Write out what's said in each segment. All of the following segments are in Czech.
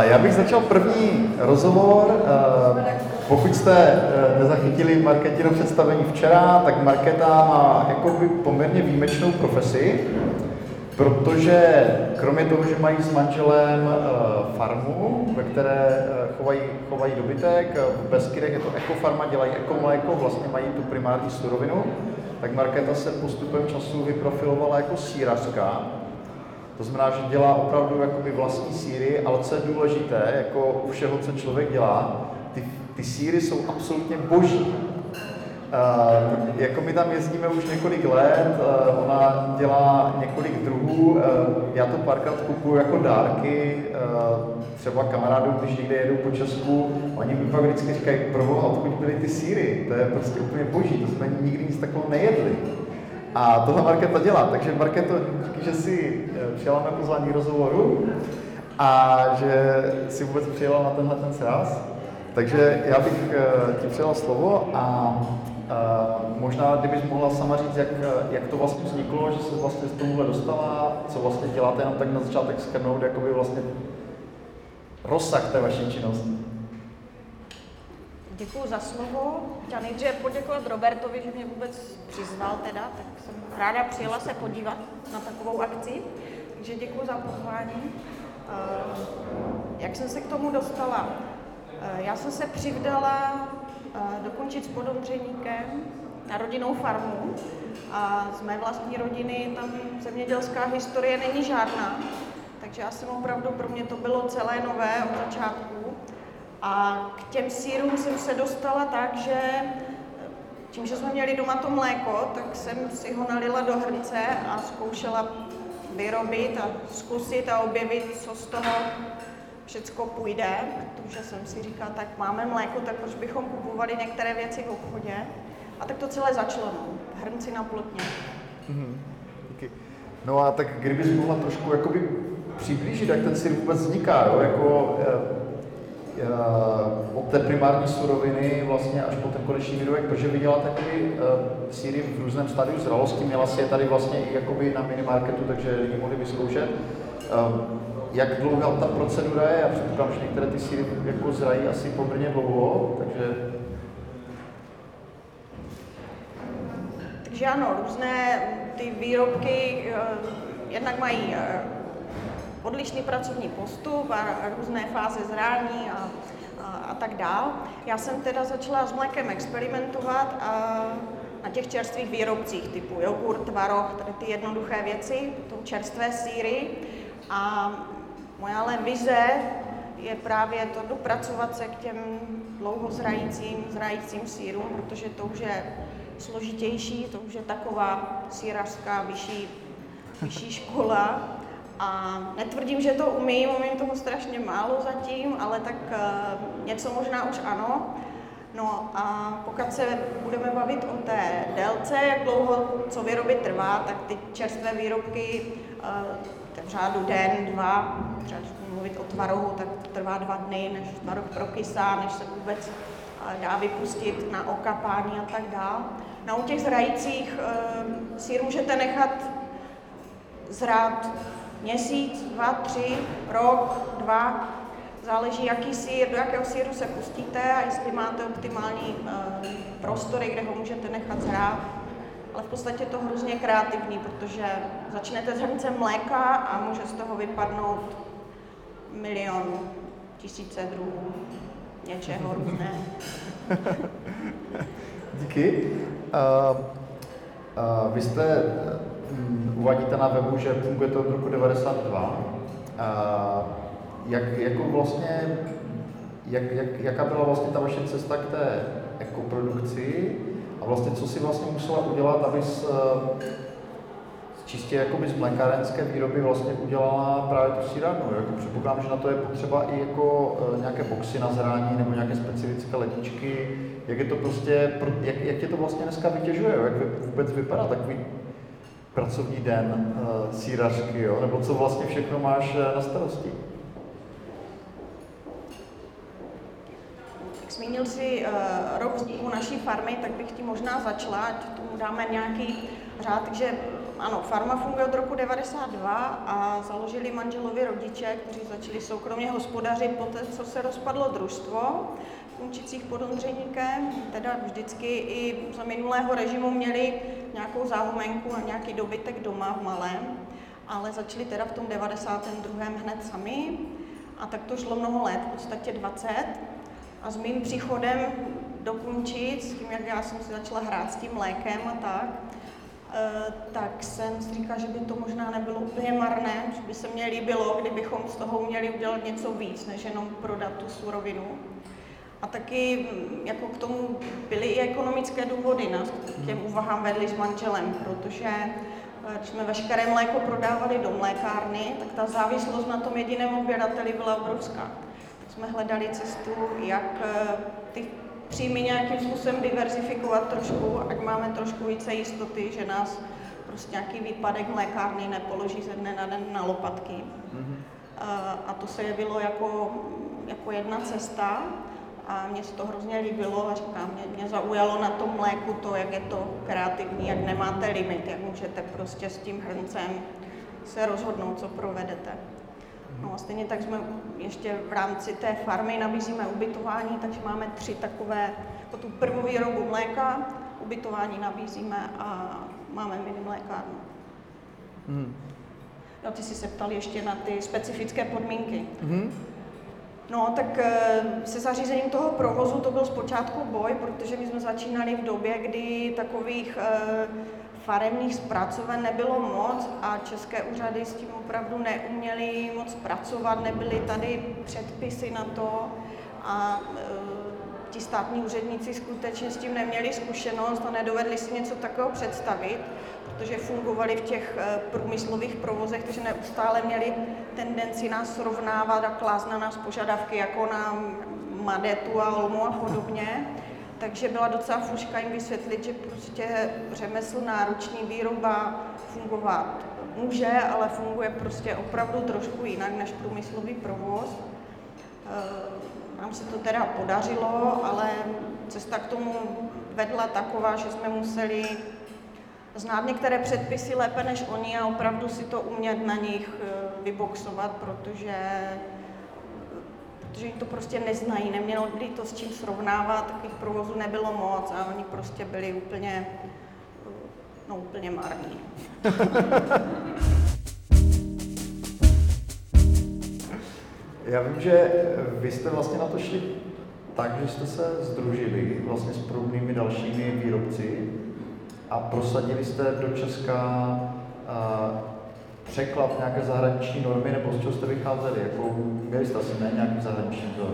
Já bych začal první rozhovor. Pokud jste nezachytili Marketino představení včera, tak Markéta má jakoby poměrně výjimečnou profesi, protože kromě toho, že mají s manželem farmu, ve které chovají dobytek, v Beskydech je to ekofarma, dělají ekomléko, vlastně mají tu primární surovinu, tak Markéta se postupem času vyprofilovala jako sýrařka. To znamená, že dělá opravdu jakoby vlastní sýry, ale co je důležité, jako u všeho, co člověk dělá, ty sýry jsou absolutně boží. Jako my tam jezdíme už několik let, ona dělá několik druhů, já to párkrát kupuju jako dárky, třeba kamarádům, když někde jedou po Česku, oni mi pak vždycky říkají, proboha, odkud byly ty sýry, to je prostě úplně boží, to jsme nikdy nic takového nejedli. A tohle Markéta dělá, takže Markéto, díky, že si přijala na pozvání rozhovoru a že si vůbec přijela na tenhle ten sraz. Takže já bych ti předal slovo a možná, kdybys mohla sama říct, jak to vlastně vzniklo, že se vlastně z tomuhle dostala, co vlastně děláte, jenom tak na začátek shrnout, jakoby vlastně rozsah té vaší činnosti. Děkuji za slovo. Chtěla nejdříve poděkovat Robertovi, že mě vůbec přizval teda, tak jsem ráda přijela se podívat na takovou akci, takže děkuji za pozvání. Jak jsem se k tomu dostala? Já jsem se přivdala dokončit s podomřeníkem na rodinnou farmu a z mé vlastní rodiny tam zemědělská historie není žádná, takže já jsem opravdu, pro mě to bylo celé nové od začátku. A k těm sýrům jsem se dostala tak, že tím, že jsme měli doma to mléko, tak jsem si ho nalila do hrnce a zkoušela vyrobit a zkusit a objevit, co z toho všecko půjde, protože jsem si říkala, tak máme mléko, tak proč bychom kupovali některé věci v obchodě. A tak to celé začalo, v hrnci na plotně. Díky. No a tak kdybys mohla trošku jakoby přiblížit, jak ten sýr vůbec vzniká, jo? Jako, od té primární suroviny vlastně až po ten konečný výrobek, protože vy děláte tady sýry v různém stádiu zralosti, měla si je tady vlastně i jakoby na minimarketu, takže lidi mohli vyzkoušet. Jak dlouhá ta procedura je? Já předpokládám, že některé ty sýry jako zrají asi poměrně dlouho, takže... Takže ano, různé ty výrobky jednak mají odlišný pracovní postup a různé fáze zrání a tak dál. Já jsem teda začala s mlékem experimentovat na těch čerstvých výrobcích typu jogurt, tvaroh, tady ty jednoduché věci, to čerstvé sýry. A moje ale vize je právě to dopracovat se k těm dlouho zrajícím sýrům, protože to už je složitější, to už je taková sýrařská vyšší škola. A netvrdím, že to umím toho strašně málo zatím, ale tak něco možná už ano. No a pokud se budeme bavit o té délce, jak dlouho co vyrobit trvá, tak ty čerstvé výrobky v řádu den, dva, třeba když budu mluvit o tvarohu, tak to trvá 2 dny, než tvaroh prokysá, než se vůbec dá vypustit na okapání a tak dál. No u těch zrajících sýr můžete nechat zrát měsíc, 2, 3, rok, 2, záleží, jaký sýr, do jakého sýru se pustíte a jestli máte optimální prostory, kde ho můžete nechat zrát. Ale v podstatě je to hrozně kreativní, protože začnete s hrncem mléka a může z toho vypadnout 1 000 000, tisíce druhů něčeho různého. Díky. Vy jste uvádíte na webu, že funguje to od roku 92. Jaká byla vlastně ta vaše cesta k té ekoprodukci a vlastně co si vlastně musela udělat, abys čistě jakoby z mlékárenské výroby vlastně udělala právě tu sýrárnu. Jako předpokládám, že na to je potřeba i jako nějaké boxy na zrání nebo nějaké specifické ledničky. Jak je to prostě, jak tě to vlastně dneska vytěžuje, jak vůbec vypadá takový pracovní den sýrařky, jo? Nebo co vlastně všechno máš na starosti? Jak zmínil si rok vzniku naší farmy, tak bych tím možná začala, ať tomu dáme nějaký řád. Takže ano, farma funguje od roku 92 a založili manželovi rodiče, kteří začali soukromně hospodařit poté, co se rozpadlo družstvo v Kunčicích pod Ondřejníkem. Teda vždycky i za minulého režimu měli nějakou záhumenku a nějaký dobytek doma v malém, ale začali teda v tom 92. hned sami a tak to šlo mnoho let, v podstatě 20. A s mým příchodem do Kunčic, tím, jak já jsem si začala hrát s tím mlékem a tak jsem si říkala, že by to možná nebylo úplně marné, že by se mně líbilo, kdybychom z toho uměli udělat něco víc, než jenom prodat tu surovinu. A taky jako k tomu byly i ekonomické důvody, nás k těm úvahám vedli s manželem, protože když jsme veškeré mléko prodávali do mlékárny, tak ta závislost na tom jediném odběrateli byla obrovská. Tak jsme hledali cestu, jak ty příjmy nějakým způsobem diverzifikovat trošku, ať máme trošku více jistoty, že nás prostě nějaký výpadek mlékárny nepoloží ze dne na den na lopatky. A to se jevilo jako jedna cesta a mně se to hrozně líbilo a říkám, mě zaujalo na tom mléku to, jak je to kreativní, jak nemáte limit, jak můžete prostě s tím hrncem se rozhodnout, co provedete. No a stejně tak jsme ještě v rámci té farmy nabízíme ubytování, takže máme 3 takové, jako tu prvovýrobu mléka, ubytování nabízíme a máme mini mlékárnu. No, ty jsi se ptal ještě na ty specifické podmínky. No, tak se zařízením toho provozu to byl zpočátku boj, protože my jsme začínali v době, kdy takových faremních zpracoven nebylo moc a české úřady s tím opravdu neuměly moc pracovat, nebyly tady předpisy na to a ti státní úředníci skutečně s tím neměli zkušenost a nedovedli si něco takového představit, protože fungovali v těch průmyslových provozech, takže neustále měli tendenci nás srovnávat a klást na nás požadavky jako na Madetu a Olmu a podobně. Takže byla docela fuška jim vysvětlit, že prostě řemesl náročný výroba fungovat může, ale funguje prostě opravdu trošku jinak než průmyslový provoz. Nám se to teda podařilo, ale cesta k tomu vedla taková, že jsme museli znát některé předpisy lépe než oni a opravdu si to umět na nich vyboxovat, protože oni to prostě neznají, nemělo by to s čím srovnávat, takových provozů nebylo moc a oni prostě byli úplně marní. Já vím, že vy jste vlastně na to šli tak, že jste se sdružili vlastně s podobnými dalšími výrobci a prosadili jste do Česka překlad nějaké zahraniční normy, nebo z čeho jste vycházeli? Jako, měli jste asi nějaký zahraniční vzor?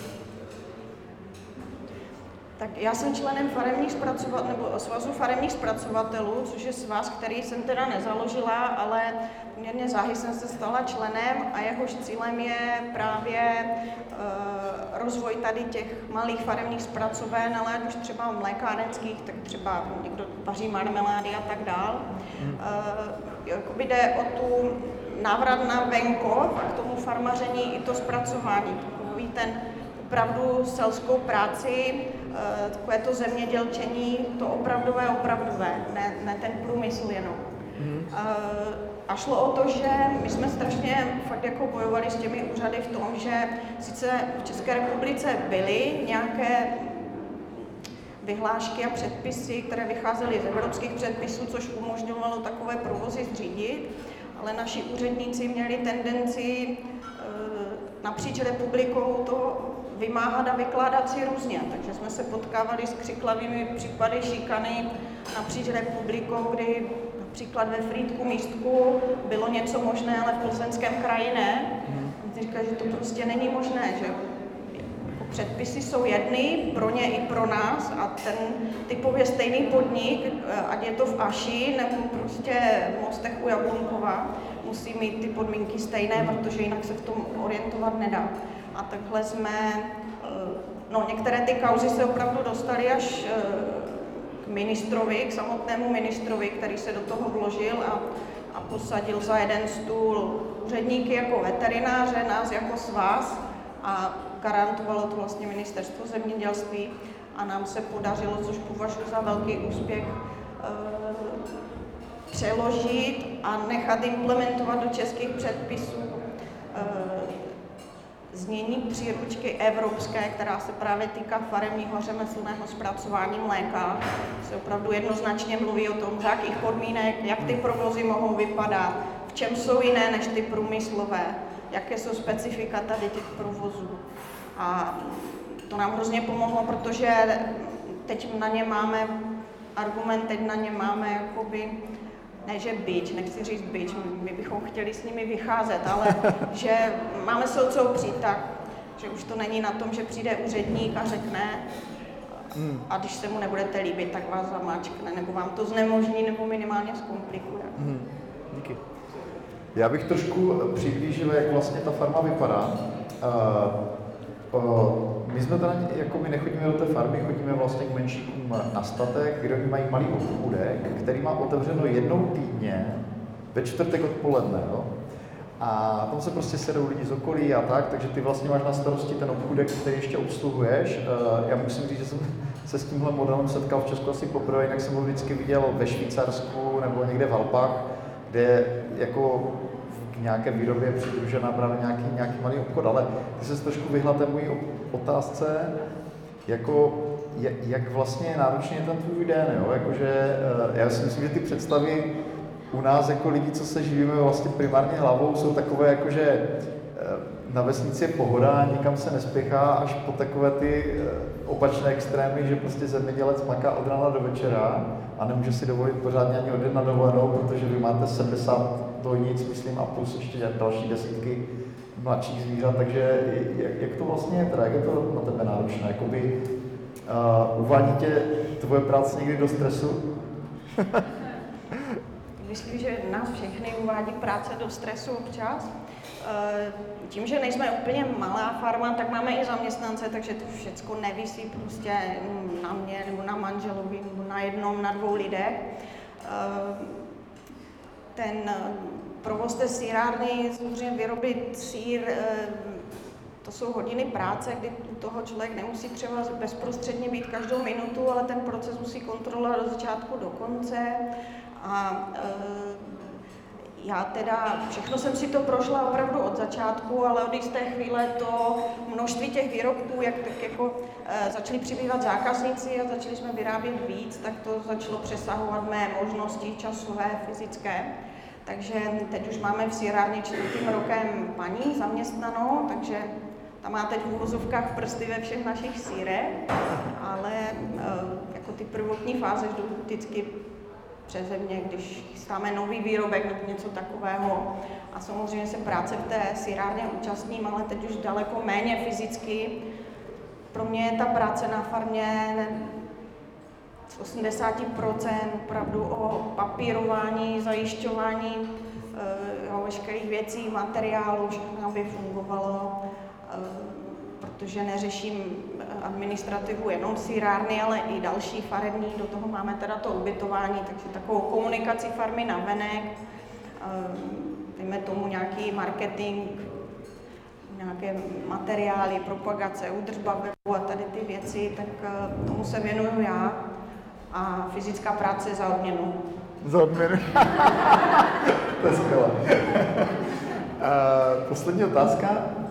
Tak já jsem členem Svazu faremních zpracovatelů, což je svaz, který jsem teda nezaložila, ale poměrně záhy jsem se stala členem a jehož cílem je právě rozvoj tady těch malých faremních zpracoven, ale ať už třeba mlékárenských, tak třeba někdo vaří marmelády a tak dál. Jakoby jde o tu návrat na venkov a k tomu farmaření i to zpracování, takový ten opravdu selskou práci, takové to zemědělčení, to opravdové, ne ten průmysl jenom. A šlo o to, že my jsme strašně fakt jako bojovali s těmi úřady v tom, že sice v České republice byly nějaké vyhlášky a předpisy, které vycházely z evropských předpisů, což umožňovalo takové provozy zřídit, ale naši úředníci měli tendenci napříč republikou to vymáhat a vykládat si různě. Takže jsme se potkávali s křiklavými případy šikany napříč republikou, kdy například ve Frýdku Místku bylo něco možné, ale v Plzeňském kraji ne. Ty říkají, že to prostě není možné, že předpisy jsou jedny pro ně i pro nás a ten typově stejný podnik, ať je to v Aši nebo prostě v Mostech u Jablunkova, musí mít ty podmínky stejné, protože jinak se v tom orientovat nedá. A takhle jsme, některé ty kauzy se opravdu dostaly až k ministrovi, k samotnému ministrovi, který se do toho vložil a posadil za jeden stůl úředníky jako veterináře, nás jako svaz a garantovalo to vlastně ministerstvo zemědělství a nám se podařilo, což považuji za velký úspěch, přeložit a nechat implementovat do českých předpisů znění příručky evropské, která se právě týká faremního řemeslného zpracování mléka. Se opravdu jednoznačně mluví o tom, za jakých podmínek, jak ty provozy mohou vypadat, v čem jsou jiné než ty průmyslové, jaké jsou specifika tady těch provozů. A to nám hrozně pomohlo, protože teď na ně máme argument, teď na ně máme jakoby, ne že bič, nechci říct bič, my bychom chtěli s nimi vycházet, ale že máme se o co opřít tak, že už to není na tom, že přijde úředník a řekne a když se mu nebudete líbit, tak vás zamáčkne, nebo vám to znemožní, nebo minimálně zkomplikuje. Díky. Já bych trošku přiblížil, jak vlastně ta farma vypadá. My jsme teda, jako my nechodíme do té farmy, chodíme vlastně k menšíkům na statek, kde oni mají malý obchůdek, který má otevřeno jednou týdně, ve čtvrtek odpoledne, jo? A tam se prostě sedou lidi z okolí a tak, takže ty vlastně máš na starosti ten obchůdek, který ještě obsluhuješ. Já musím říct, že jsem se s tímhle modelem setkal v Česku asi poprvé, jinak jsem ho vždycky viděl ve Švýcarsku nebo někde v Alpách, kde jako k nějaké výrobě přidružená právě nějaký malý obchod, ale ty se trošku vyhla té mojí otázce, jako jak vlastně je náročný ten tvůj den, jo? Jakože, já si myslím, že ty představy u nás jako lidí, co se živíme vlastně primárně hlavou, jsou takové jakože na vesnici je pohoda, nikam se nespěchá, až po takové ty opačné extrémy, že prostě zemědělec maká od rána do večera a nemůže si dovolit pořádně ani odjet na dovolenou, protože vy máte 70 dojnic, myslím, a plus ještě další desítky mladších zvířat, takže jak to vlastně je teda, jak je to na tebe náročné, jakoby uvádí tě tvoje práce někdy do stresu? Myslím, že nás všechny uvádí práce do stresu občas. Tím, že nejsme úplně malá farma, tak máme i zaměstnance, takže to všechno nevisí prostě na mě nebo na manželovi nebo na jednom, na dvou lidech. Ten provoz té sýrárny, samozřejmě vyrobit sýr, to jsou hodiny práce, kdy u toho člověk nemusí třeba bezprostředně být každou minutu, ale ten proces musí kontrolovat od začátku do konce. A já teda, všechno jsem si to prošla opravdu od začátku, ale od jisté chvíle to množství těch výrobků, jak tak jako začali přibývat zákazníci a začali jsme vyrábět víc, tak to začalo přesahovat mé možnosti časové, fyzické. Takže teď už máme v sýrárně 4. rokem paní zaměstnanou, takže ta má teď v uvozovkách prsty ve všech našich sýrech, ale jako ty prvotní fáze jdou vždycky přeze mě, když chystáme nový výrobek nebo něco takového. A samozřejmě se práce v té sýrárně účastním, ale teď už daleko méně fyzicky. Pro mě je ta práce na farmě z 80% opravdu o papírování, zajišťování veškerých věcí, materiálu, všechno aby fungovalo, protože neřeším administrativu jenom sýrárny, ale i další farební, do toho máme teda to ubytování, takže takovou komunikaci farmy navenek, dejme tomu nějaký marketing, nějaké materiály, propagace, údržba webu a tady ty věci, tak tomu se věnuju já a fyzická práce za odměnu. Za odměnu. To je skvělé. Poslední otázka.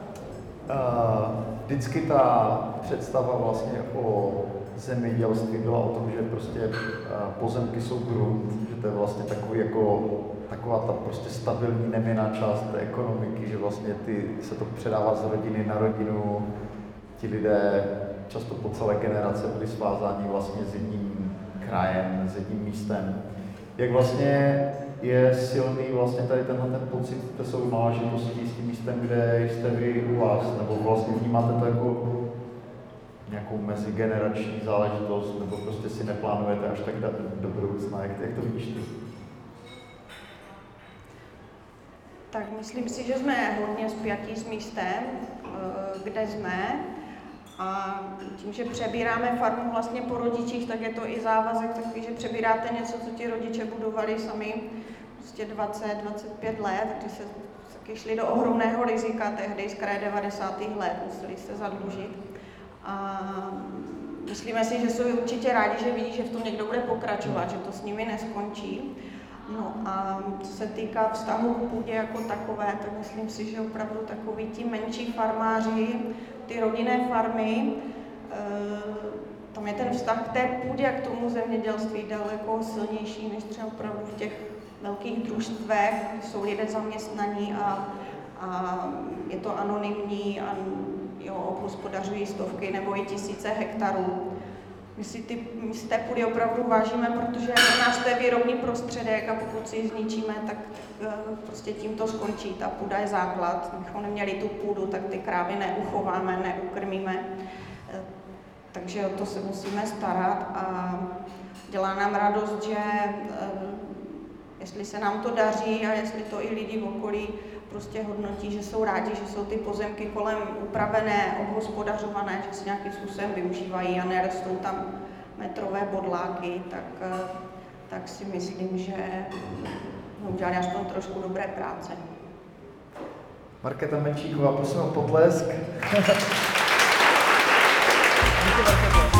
Vždycky ta představa vlastně o zemědělství byla o tom, že prostě pozemky jsou grunt, že to je vlastně takový jako, taková ta prostě stabilní neměnná část té ekonomiky, že vlastně se to předává z rodiny na rodinu, ti lidé často po celé generace byli svázáni vlastně s jedním krajem, s jedním místem. Jak vlastně je silný vlastně tady tenhle ten pocit té sounáležitosti s tím místem, kde jste vy u vás, nebo vlastně vnímáte to jako nějakou mezigenerační záležitost, nebo prostě si neplánujete až tak do budoucna, jak to vidíš ty? Tak myslím si, že jsme hodně spjatí s místem, kde jsme. A tím, že přebíráme farmu vlastně po rodičích, tak je to i závazek takový, že přebíráte něco, co ti rodiče budovali sami prostě 20-25 let, kdy se taky šli do ohromného rizika tehdy z kraje 90. let, museli se zadlužit. A myslíme si, že jsou určitě rádi, že vidí, že v tom někdo bude pokračovat, že to s nimi neskončí. No a co se týká vztahu k půdě jako takové, tak myslím si, že opravdu takoví ti menší farmáři, ty rodinné farmy, tam je ten vztah k té půdě a k tomu zemědělství daleko silnější než třeba opravdu v těch velkých družstvech, kde jsou lidé zaměstnaní a je to anonymní a jo, obhospodařují stovky nebo i tisíce hektarů. My si z té půdy opravdu vážíme, protože pro nás to je výrobní prostředek a pokud si ji zničíme, tak prostě tím to skončí. Ta půda je základ. Kdybychom neměli tu půdu, tak ty krávy neuchováme, neukrmíme. Takže o to se musíme starat a dělá nám radost, že jestli se nám to daří a jestli to i lidi v okolí prostě hodnotí, že jsou rádi, že jsou ty pozemky kolem upravené, obhospodařované, že se nějakým způsobem využívají a nerostou tam metrové bodláky, tak si myslím, že jsme udělali aspoň trošku dobré práce. Markéta Menšíková, prosím o potlesk. Díky, Markéto.